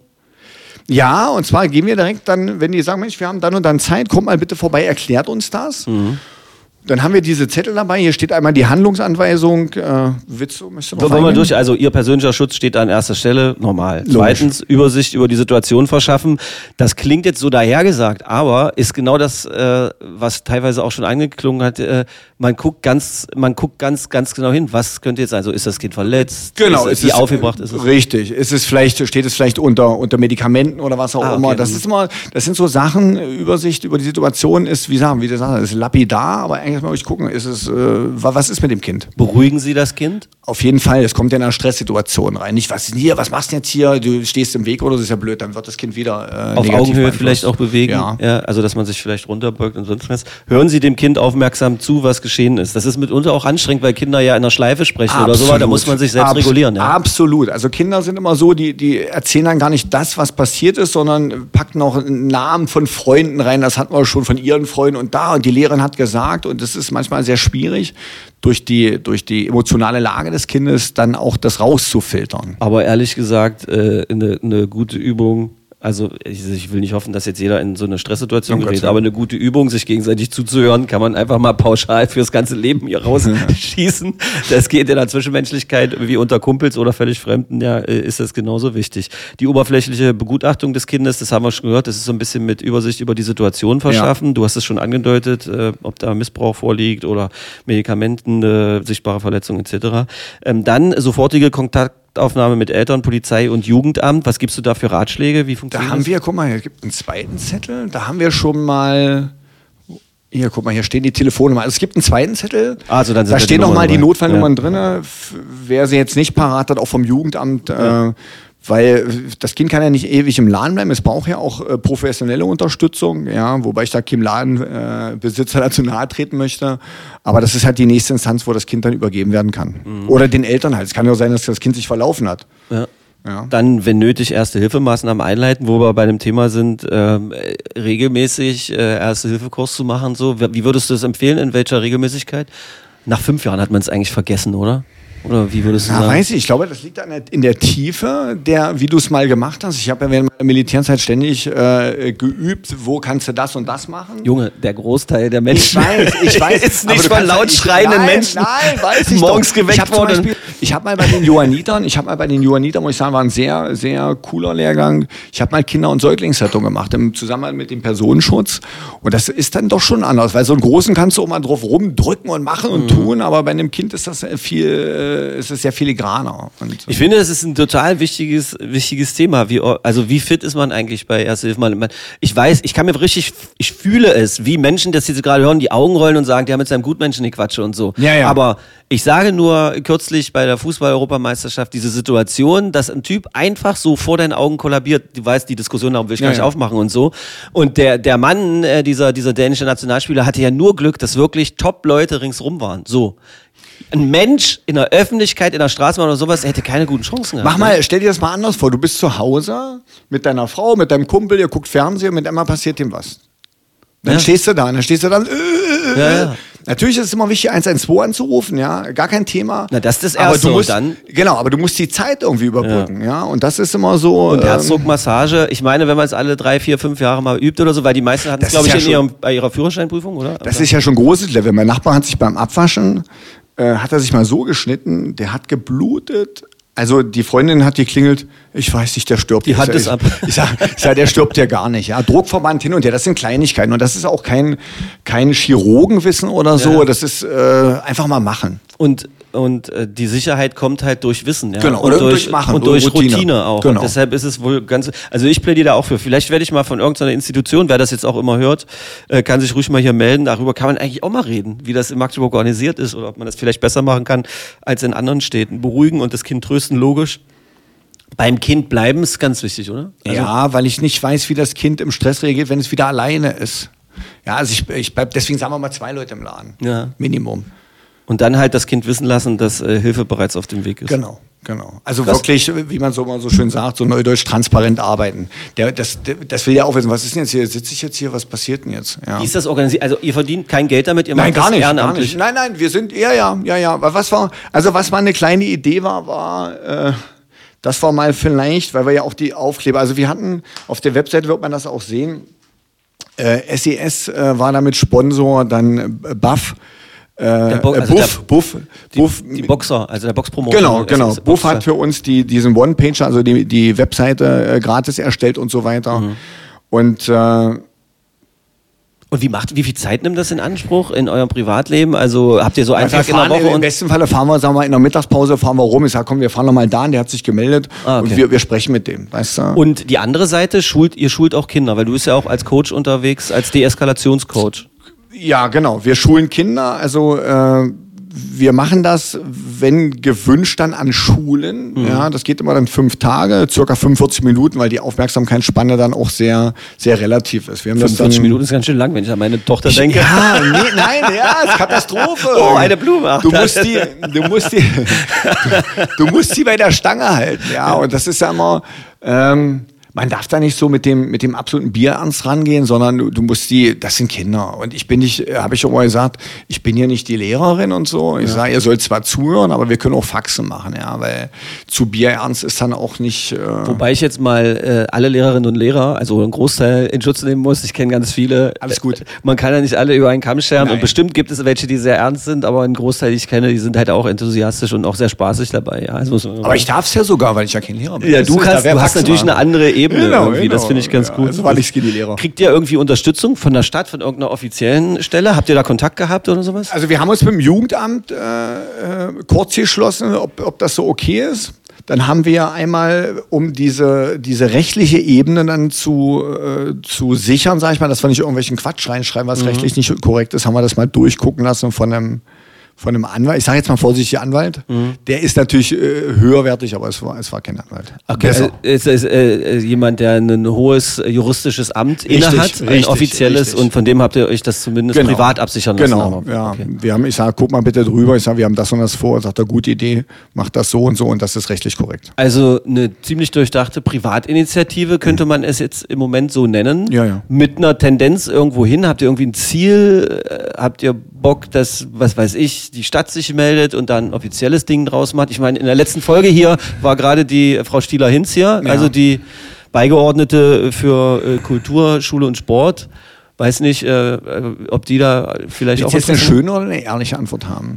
Ja, und zwar gehen wir direkt dann, wenn die sagen, Mensch, wir haben dann und dann Zeit, kommt mal bitte vorbei, erklärt uns das. Mhm. Dann haben wir diese Zettel dabei, hier steht einmal die Handlungsanweisung. Äh, willst du, möchtest du noch Wollen wir durch, also Ihr persönlicher Schutz steht an erster Stelle, normal. Logisch. Zweitens, Übersicht über die Situation verschaffen. Das klingt jetzt so dahergesagt, aber ist genau das, äh, was teilweise auch schon angeklungen hat. Äh, man guckt ganz, man guckt ganz, ganz genau hin, was könnte jetzt sein. Also ist das Kind verletzt? Genau, ist es, wie aufgebracht ist es? Richtig. Ist es vielleicht, steht es vielleicht unter, unter Medikamenten oder was auch ah, okay. immer. Das ist immer, das sind so Sachen, Übersicht über die Situation ist, wie sagen, wie du sagst, ist lapidar, aber eigentlich eigentlich erstmal durchgucken, ist es, äh, was ist mit dem Kind? Beruhigen Sie das Kind? Auf jeden Fall, es kommt ja in eine Stresssituation rein. Nicht, was ist denn hier, was machst du jetzt hier, du stehst im Weg oder so, ist ja blöd, dann wird das Kind wieder äh, auf Augenhöhe vielleicht auch bewegen, ja. ja, also dass man sich vielleicht runterbeugt und sonst was. Hören Sie dem Kind aufmerksam zu, was geschehen ist. Das ist mitunter auch anstrengend, weil Kinder ja in der Schleife sprechen Absolut. oder so, da muss man sich selbst Abs- regulieren. Ja. Absolut, also Kinder sind immer so, die, die erzählen dann gar nicht das, was passiert ist, sondern packen noch einen Namen von Freunden rein, das hatten wir schon von ihren Freunden und da und die Lehrerin hat gesagt und das ist manchmal sehr schwierig, durch die, durch die emotionale Lage des Kindes dann auch das rauszufiltern. Aber ehrlich gesagt, äh, eine, eine gute Übung, also ich, ich will nicht hoffen, dass jetzt jeder in so eine Stresssituation Oh gerät, Gott, aber eine gute Übung, sich gegenseitig zuzuhören, kann man einfach mal pauschal fürs ganze Leben hier rausschießen. Das geht in der Zwischenmenschlichkeit wie unter Kumpels oder völlig Fremden, ja, ist das genauso wichtig. Die oberflächliche Begutachtung des Kindes, das haben wir schon gehört, das ist so ein bisschen mit Übersicht über die Situation verschaffen. Ja. Du hast es schon angedeutet, äh, ob da Missbrauch vorliegt oder Medikamenten, äh, sichtbare Verletzungen et cetera. Ähm, dann sofortige Kontakt Aufnahme mit Eltern, Polizei und Jugendamt. Was gibst du da für Ratschläge? Wie funktioniert Da haben das? wir, guck mal, hier gibt einen zweiten Zettel. Da haben wir schon mal. Hier, guck mal, hier stehen die Telefonnummern. Also es gibt einen zweiten Zettel. Also dann sind da da stehen die nochmal die Nummern Notfallnummern drin. F- Wer sie jetzt nicht parat hat, auch vom Jugendamt. Ja. Äh, weil das Kind kann ja nicht ewig im Laden bleiben. Es braucht ja auch äh, professionelle Unterstützung. Ja, wobei ich da keinem Ladenbesitzer äh, dazu nahe treten möchte. Aber das ist halt die nächste Instanz, wo das Kind dann übergeben werden kann. Mhm. Oder den Eltern halt. Es kann ja auch sein, dass das Kind sich verlaufen hat. Ja. Ja. Dann, wenn nötig, Erste-Hilfemaßnahmen einleiten, wo wir bei dem Thema sind, ähm, regelmäßig äh, Erste-Hilfe-Kurs zu machen. So. Wie würdest du das empfehlen? In welcher Regelmäßigkeit? Nach fünf Jahren hat man es eigentlich vergessen, oder? Oder wie würdest du Na, sagen? weiß ich. Ich glaube, das liegt an der, in der Tiefe, der, wie du es mal gemacht hast. Ich habe ja während meiner Militärzeit ständig äh, geübt, wo kannst du das und das machen. Junge, der Großteil der Menschen Ich weiß, ich weiß. ist aber nicht du von kannst- laut ich- schreienden nein, Menschen Nein, weiß ich morgens doch. geweckt ich hab zum worden. Beispiel, ich habe mal bei den Johannitern, ich habe mal bei den Johannitern, muss ich sagen, war ein sehr, sehr cooler Lehrgang. Ich habe mal Kinder- und Säuglingsrettung gemacht im Zusammenhang mit dem Personenschutz. Und das ist dann doch schon anders, weil so einen Großen kannst du auch mal drauf rumdrücken und machen und Mhm. tun, aber bei einem Kind ist das viel, äh, ist es sehr filigraner. Und Ich finde, das ist ein total wichtiges, wichtiges Thema. Wie, also wie fit ist man eigentlich bei Erste Hilfe? Man, man, ich weiß, ich kann mir richtig, ich fühle es, wie Menschen, dass sie gerade hören, die Augen rollen und sagen, der mit seinem Gutmenschen die Quatsche und so. Ja, ja. Aber ich sage nur kürzlich bei der Fußball-Europameisterschaft diese Situation, dass ein Typ einfach so vor deinen Augen kollabiert. Du weißt, die Diskussion darum will ich Ja, gar nicht ja. aufmachen und so. Und der, der Mann, äh, dieser, dieser dänische Nationalspieler, hatte ja nur Glück, dass wirklich Top-Leute ringsrum waren. So. Ein Mensch in der Öffentlichkeit, in der Straßenbahn oder sowas, er hätte keine guten Chancen gehabt. Mach mal, stell dir das mal anders vor. Du bist zu Hause mit deiner Frau, mit deinem Kumpel, ihr guckt Fernsehen, mit einmal passiert dem was. Dann Ja. stehst du da und dann stehst du dann. Äh, äh, Ja, ja. Natürlich ist es immer wichtig, eins eins zwei anzurufen, ja, gar kein Thema. Na, das ist das aber Erste du musst, und dann- Genau, aber du musst die Zeit irgendwie überbrücken, ja. Und das ist immer so. Und ähm, Herzdruckmassage, ich meine, wenn man es alle drei, vier, fünf Jahre mal übt oder so, weil die meisten hatten es, Das glaube ich, ist in ja schon- ihrem, bei ihrer Führerscheinprüfung, oder? Das ist ja schon großes Level. Mein Nachbar hat sich beim Abwaschen, äh, hat er sich mal so geschnitten, der hat geblutet. Also die Freundin hat geklingelt, ich weiß nicht, der stirbt. Die Hand Ich ist sag, ab. Ich sag, ich sag, der stirbt ja gar nicht. Ja. Druckverband hin und her, das sind Kleinigkeiten. Und das ist auch kein, kein Chirurgenwissen oder so. Ja. Das ist äh, einfach mal machen. Und, und äh, die Sicherheit kommt halt durch Wissen, ja. Genau, und oder durch, durch Machen, und durch durch Routine. Routine, auch. Genau. Und deshalb ist es wohl ganz, also ich plädiere da auch für. Vielleicht werde ich mal von irgendeiner Institution, wer das jetzt auch immer hört, äh, kann sich ruhig mal hier melden. Darüber kann man eigentlich auch mal reden, wie das in Magdeburg organisiert ist oder ob man das vielleicht besser machen kann als in anderen Städten. Beruhigen und das Kind trösten, logisch. Beim Kind bleiben ist ganz wichtig, oder? Also, Ja, weil ich nicht weiß, wie das Kind im Stress reagiert, wenn es wieder alleine ist. Ja, also ich, ich bleib, deswegen sagen wir mal zwei Leute im Laden. Ja. Minimum. Und dann halt das Kind wissen lassen, dass äh, Hilfe bereits auf dem Weg ist. Genau, genau. Also Krass. wirklich, wie man so mal so schön sagt, so neudeutsch transparent arbeiten. Der, das, der, das will ja auch wissen, was ist denn jetzt hier? Sitze ich jetzt hier? Was passiert denn jetzt? Ja. Wie ist das organisiert? Also ihr verdient kein Geld damit, ihr Nein, macht gar das nicht, gar ehrenamtlich. nicht. Nein, nein, wir sind, ja, ja, ja, ja. Aber was war, also was mal eine kleine Idee war, war, äh, das war mal vielleicht, weil wir ja auch die Aufkleber, also wir hatten, auf der Webseite wird man das auch sehen, äh, S E S äh, war damit Sponsor, dann äh, Buff, äh, Bo- also Buff, der- Buff, Buff, Die Boxer, also der Boxpromoter. Genau, Es genau. ist Buff Boxer. hat für uns die, diesen One-Pager, also die, die Webseite äh, gratis erstellt und so weiter. Mhm. Und äh, Und wie macht, wie viel Zeit nimmt das in Anspruch in eurem Privatleben? Also habt ihr so einen wir Tag in der fahren, Woche im und besten Falle fahren wir, sagen wir, in der Mittagspause fahren wir rum. Ich sage, komm, wir fahren noch mal da, und der hat sich gemeldet Ah, okay. und wir, wir sprechen mit dem, weißt du? und die andere Seite schult, ihr schult auch Kinder, weil du bist ja auch als Coach unterwegs, als Deeskalationscoach. Ja, genau. Wir schulen Kinder, also äh, wir machen das, wenn gewünscht, dann an Schulen. Mhm. Ja, das geht immer dann fünf Tage, circa fünfundvierzig Minuten, weil die Aufmerksamkeitsspanne dann auch sehr, sehr relativ ist. Wir haben fünfundvierzig das dann, Minuten ist ganz schön lang, wenn ich an meine Tochter ich, denke. Ja, nee, nein, ja, ist Katastrophe. Oh, eine Blume. Ach, du musst die, du musst die, du, du musst die bei der Stange halten, ja. Und das ist ja immer. Ähm, Man darf da nicht so mit dem, mit dem absoluten Bierernst rangehen, sondern du, du musst die, das sind Kinder. Und ich bin nicht, habe ich auch mal gesagt, ich bin hier nicht die Lehrerin und so. Ich ja. sage, ihr sollt zwar zuhören, aber wir können auch Faxen machen, ja, weil zu Bierernst ist dann auch nicht. Äh Wobei ich jetzt mal äh, alle Lehrerinnen und Lehrer, also einen Großteil in Schutz nehmen muss. Ich kenne ganz viele. Alles gut. Man kann ja nicht alle über einen Kamm scheren. Nein. Und bestimmt gibt es welche, die sehr ernst sind, aber ein Großteil, die ich kenne, die sind halt auch enthusiastisch und auch sehr spaßig dabei. Ja, also muss man aber ich darf es ja sogar, weil ich ja kein Lehrer bin. Ja, du, kannst, du hast natürlich eine andere Ebene genau, irgendwie. Genau. Das finde ich ganz ja, gut. Also war ich Skinny-Lehrer. Kriegt ihr irgendwie Unterstützung von der Stadt, von irgendeiner offiziellen Stelle? Habt ihr da Kontakt gehabt oder sowas? Also wir haben uns mit dem Jugendamt äh, äh, kurz geschlossen, ob, ob das so okay ist. Dann haben wir einmal, um diese, diese rechtliche Ebene dann zu, äh, zu sichern, sage ich mal, dass wir nicht irgendwelchen Quatsch reinschreiben, was mhm. rechtlich nicht korrekt ist, haben wir das mal durchgucken lassen von einem von einem Anwalt, ich sage jetzt mal vorsichtig Anwalt, mhm. der ist natürlich äh, höherwertig, aber es war, es war kein Anwalt. Okay, also ist, ist äh, jemand, der ein hohes juristisches Amt innehat, ein richtig, offizielles, richtig. Und von dem habt ihr euch das zumindest genau. privat absichern lassen? Genau, ja. Okay. Wir haben, ich sage, guck mal bitte drüber, ich sage, wir haben das und das vor, sagt er, gute Idee, macht das so und so und das ist rechtlich korrekt. Also eine ziemlich durchdachte Privatinitiative, könnte man es jetzt im Moment so nennen, ja, ja. mit einer Tendenz irgendwo hin, habt ihr irgendwie ein Ziel, habt ihr Bock, dass, was weiß ich, die Stadt sich meldet und dann ein offizielles Ding draus macht. Ich meine, in der letzten Folge hier war gerade die Frau Stieler-Hinz hier, ja. also die Beigeordnete für äh, Kultur, Schule und Sport. Weiß nicht, äh, ob die da vielleicht Willst auch... Jetzt eine schöne oder eine ehrliche Antwort haben?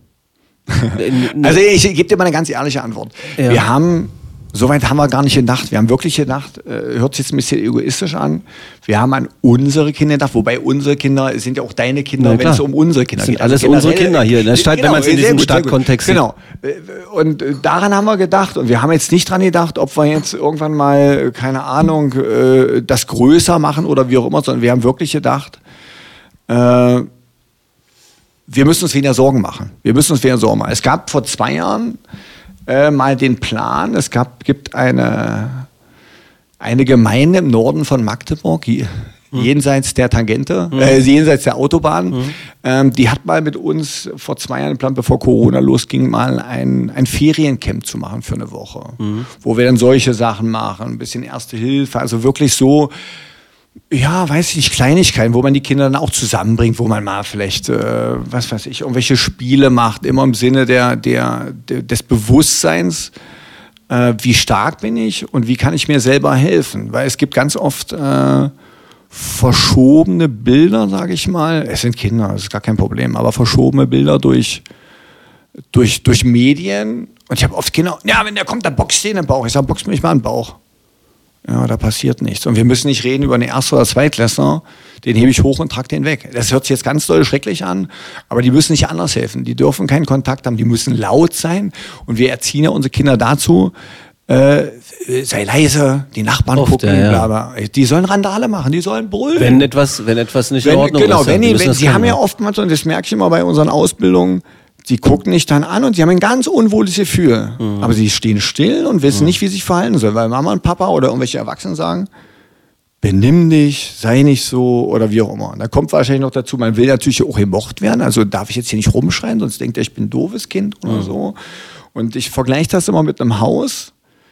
Also ich gebe dir mal eine ganz ehrliche Antwort. Ja. Wir haben... Soweit haben wir gar nicht gedacht. Wir haben wirklich gedacht, äh, hört sich jetzt ein bisschen egoistisch an, wir haben an unsere Kinder gedacht, wobei unsere Kinder sind ja auch deine Kinder, wenn es um unsere Kinder geht. Das sind geht. alles unsere Kinder hier in der Stadt, genau, wenn man es in diesem Stadtkontext sieht. Genau. Und daran haben wir gedacht und wir haben jetzt nicht dran gedacht, ob wir jetzt irgendwann mal, keine Ahnung, äh, das größer machen oder wie auch immer, sondern wir haben wirklich gedacht, äh, wir müssen uns weniger Sorgen machen. Wir müssen uns weniger Sorgen machen. Es gab vor zwei Jahren Äh, mal den Plan, es gab, gibt eine, eine Gemeinde im Norden von Magdeburg, die, mhm. jenseits der Tangente, mhm. äh, jenseits der Autobahn, mhm. ähm, die hat mal mit uns vor zwei Jahren geplant, bevor Corona losging, mal ein, ein Feriencamp zu machen für eine Woche, mhm. wo wir dann solche Sachen machen, ein bisschen Erste Hilfe, also wirklich so, ja, weiß ich nicht, Kleinigkeiten, wo man die Kinder dann auch zusammenbringt, wo man mal vielleicht, äh, was weiß ich, irgendwelche Spiele macht, immer im Sinne der, der, der, des Bewusstseins, äh, wie stark bin ich und wie kann ich mir selber helfen. Weil es gibt ganz oft äh, verschobene Bilder, sage ich mal. Es sind Kinder, das ist gar kein Problem, aber verschobene Bilder durch, durch, durch Medien. Und ich habe oft Kinder, ja, wenn der kommt, dann boxt den im Bauch. Ich sage, box mich mal im Bauch. Ja, da passiert nichts. Und wir müssen nicht reden über einen Erst- oder Zweitklässler, den hebe ich hoch und trage den weg. Das hört sich jetzt ganz doll schrecklich an, aber die müssen nicht anders helfen. Die dürfen keinen Kontakt haben, die müssen laut sein. Und wir erziehen ja unsere Kinder dazu, äh, sei leise, die Nachbarn Oft, gucken, ja, ja. bla bla. Die sollen Randale machen, die sollen brüllen. Wenn etwas, wenn etwas nicht wenn, in Ordnung genau, ist. Wenn die, die, wenn, die können, haben ja oftmals, und das merke ich immer bei unseren Ausbildungen, die gucken nicht dann an und sie haben ein ganz unwohles Gefühl. Mhm. Aber sie stehen still und wissen mhm. nicht, wie sie sich verhalten sollen. Weil Mama und Papa oder irgendwelche Erwachsenen sagen, benimm dich, sei nicht so oder wie auch immer. Und da kommt wahrscheinlich noch dazu, man will natürlich auch gemocht werden. Also darf ich jetzt hier nicht rumschreien, sonst denkt er, ich bin ein doofes Kind oder mhm. so. Und ich vergleiche das immer mit einem Haus.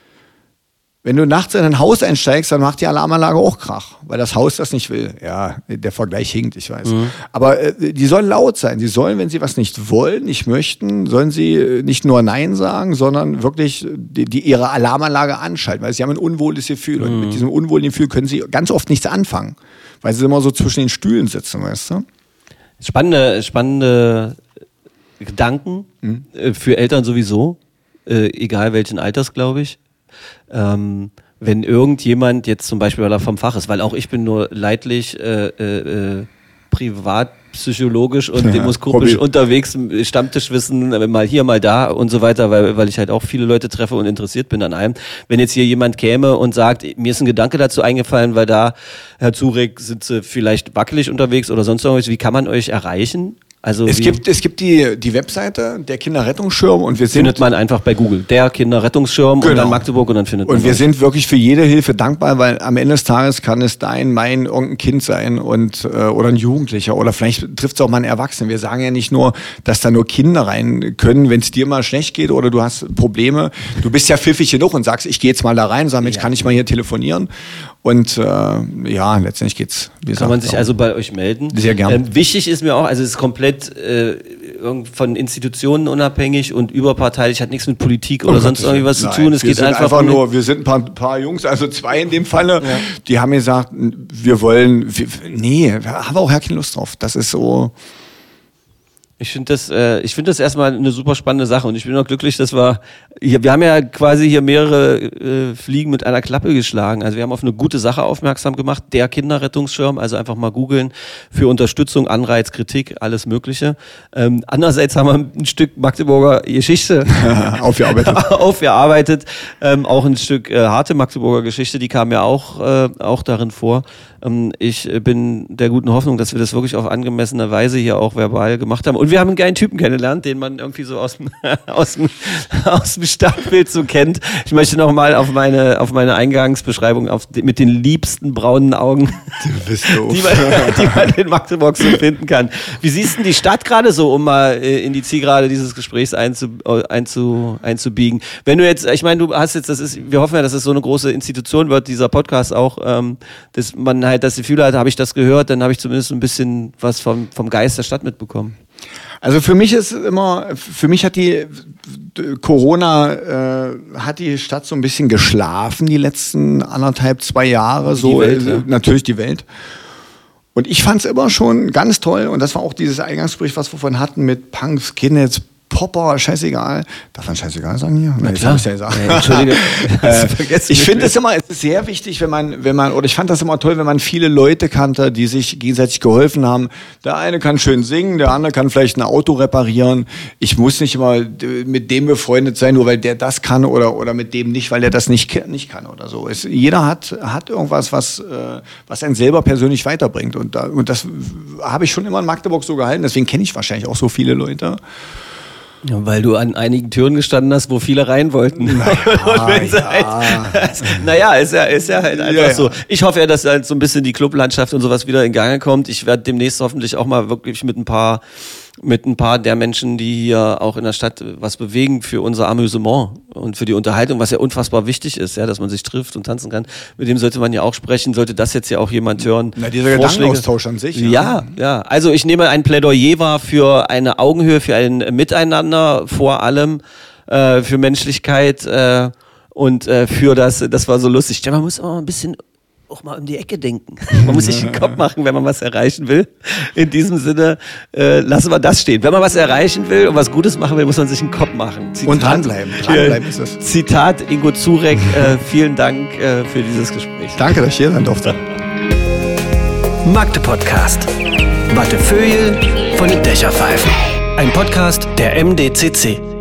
Wenn du nachts in ein Haus einsteigst, dann macht die Alarmanlage auch Krach, weil das Haus das nicht will. Ja, der Vergleich hinkt, ich weiß. Mhm. Aber äh, die sollen laut sein. Die sollen, wenn sie was nicht wollen, nicht möchten, sollen sie nicht nur Nein sagen, sondern wirklich die, die ihre Alarmanlage anschalten, weil sie haben ein unwohles Gefühl. Mhm. Und mit diesem unwohlen Gefühl können sie ganz oft nichts anfangen, weil sie immer so zwischen den Stühlen sitzen, weißt du? Spannende, spannende Gedanken mhm. für Eltern sowieso, äh, egal welchen Alters, glaube ich. Ähm, wenn irgendjemand jetzt zum Beispiel, weil er vom Fach ist, weil auch ich bin nur leidlich äh, äh, Privat psychologisch und Ja, demoskopisch Hobby. unterwegs, Stammtischwissen, mal hier, mal da und so weiter, weil, weil ich halt auch viele Leute treffe und interessiert bin an allem. Wenn jetzt hier jemand käme und sagt, mir ist ein Gedanke dazu eingefallen, weil da, Herr Zurek, sind Sie vielleicht wackelig unterwegs oder sonst irgendwas, wie kann man euch erreichen? Also Es wie gibt, es gibt die, die Webseite, der Kinderrettungsschirm, und wir sind... findet man einfach bei Google. Der Kinderrettungsschirm und Genau. dann Magdeburg und dann findet man Und wir uns. sind wirklich für jede Hilfe dankbar, weil am Ende des Tages kann es dein, mein, irgendein Kind sein und äh, oder ein Jugendlicher oder vielleicht trifft es auch mal einen Erwachsenen. Wir sagen ja nicht nur, dass da nur Kinder rein können, wenn es dir mal schlecht geht oder du hast Probleme. Du bist ja pfiffig genug und sagst, ich gehe jetzt mal da rein und sag, Mensch, Ja. kann ich mal hier telefonieren? Und äh, ja, letztendlich geht's. Wie Kann gesagt, man sich auch. also bei euch melden? Sehr gern. Ähm, wichtig ist mir auch, also es ist komplett äh, irgend- von Institutionen unabhängig und überparteilich, hat nichts mit Politik oder Oh sonst Gott, irgendwie was zu nein, tun. Es wir geht sind einfach, einfach um den- nur, wir sind ein paar, paar Jungs, also zwei in dem Falle, die haben gesagt, wir wollen, wir, nee, haben wir auch gar keine Lust drauf. Das ist so. Ich finde das, äh, ich finde das erstmal eine super spannende Sache und ich bin auch glücklich, dass wir, hier, wir haben ja quasi hier mehrere äh, Fliegen mit einer Klappe geschlagen. Also wir haben auf eine gute Sache aufmerksam gemacht, der Kinderrettungsschirm, also einfach mal googeln für Unterstützung, Anreiz, Kritik, alles Mögliche. Ähm, andererseits haben wir ein Stück Magdeburger Geschichte Aufgearbeitet. aufgearbeitet, ähm, auch ein Stück äh, harte Magdeburger Geschichte, die kam ja auch, äh, auch darin vor. Ähm, ich äh, bin der guten Hoffnung, dass wir das wirklich auf angemessene Weise hier auch verbal gemacht haben. Und wir haben einen geilen Typen kennengelernt, den man irgendwie so aus dem, aus dem, aus dem Stadtbild so kennt. Ich möchte nochmal auf meine, auf meine Eingangsbeschreibung auf die, mit den liebsten braunen Augen, Du bist doof. die man, die man in Magdeburg so finden kann. Wie siehst du die Stadt gerade so, um mal äh, in die Zielgerade dieses Gesprächs einzu, äh, einzu, einzubiegen? Wenn du jetzt, ich meine, du hast jetzt, das ist, wir hoffen ja, dass es so eine große Institution wird, dieser Podcast auch, ähm, dass man halt das Gefühl hat, habe ich das gehört, dann habe ich zumindest ein bisschen was vom, vom Geist der Stadt mitbekommen. Also für mich ist immer, für mich hat die Corona, äh, hat die Stadt so ein bisschen geschlafen die letzten anderthalb, zwei Jahre. Die So, Welt, äh, ja. natürlich die Welt. Und ich fand es immer schon ganz toll. Und das war auch dieses Eingangsgespräch, was wir vorhin hatten mit Punks, Skinheads, Popper, scheißegal. Darf man scheißegal sagen hier? Na, klar. Das hab ich ja gesagt. Ja, Entschuldige. Äh, Vergessen ich mit finde mir. es immer, es ist sehr wichtig, wenn man, wenn man, oder ich fand das immer toll, wenn man viele Leute kannte, die sich gegenseitig geholfen haben. Der eine kann schön singen, der andere kann vielleicht ein Auto reparieren. Ich muss nicht immer mit dem befreundet sein, nur weil der das kann oder, oder mit dem nicht, weil der das nicht, nicht kann oder so. Es, jeder hat, hat irgendwas, was, äh, was einen selber persönlich weiterbringt. Und, da, und das habe ich schon immer in Magdeburg so gehalten. Deswegen kenne ich wahrscheinlich auch so viele Leute. Ja, weil du an einigen Türen gestanden hast, wo viele rein wollten. Naja, Und wenn sie ja. halt, naja, ist ja, ist ja halt einfach Ja, ja. so. Ich hoffe ja, dass halt so ein bisschen die Clublandschaft und sowas wieder in Gange kommt. Ich werde demnächst hoffentlich auch mal wirklich mit ein paar mit ein paar der Menschen, die hier auch in der Stadt was bewegen für unser Amüsement und für die Unterhaltung, was ja unfassbar wichtig ist, ja, dass man sich trifft und tanzen kann. Mit dem sollte man ja auch sprechen, sollte das jetzt ja auch jemand hören. Na, dieser Vorschläge- Gedankenaustausch an sich. Ja, ja. Also ich nehme ein Plädoyer wahr für eine Augenhöhe, für ein Miteinander vor allem, äh, für Menschlichkeit äh, und äh, für das, das war so lustig. Ja, man muss auch ein bisschen auch mal um die Ecke denken. Man muss sich den Kopf machen, wenn man was erreichen will. In diesem Sinne äh, lassen wir das stehen. Wenn man was erreichen will und was Gutes machen will, muss man sich einen Kopf machen. Zitat, Und dranbleiben. Dranbleiben ist es. Zitat Ingo Zurek, äh, vielen Dank äh, für dieses Gespräch. Danke, dass ich hier sein durfte. Magde Podcast. Wattefeuille von den Dächerpfeifen. Ein Podcast der M D C C.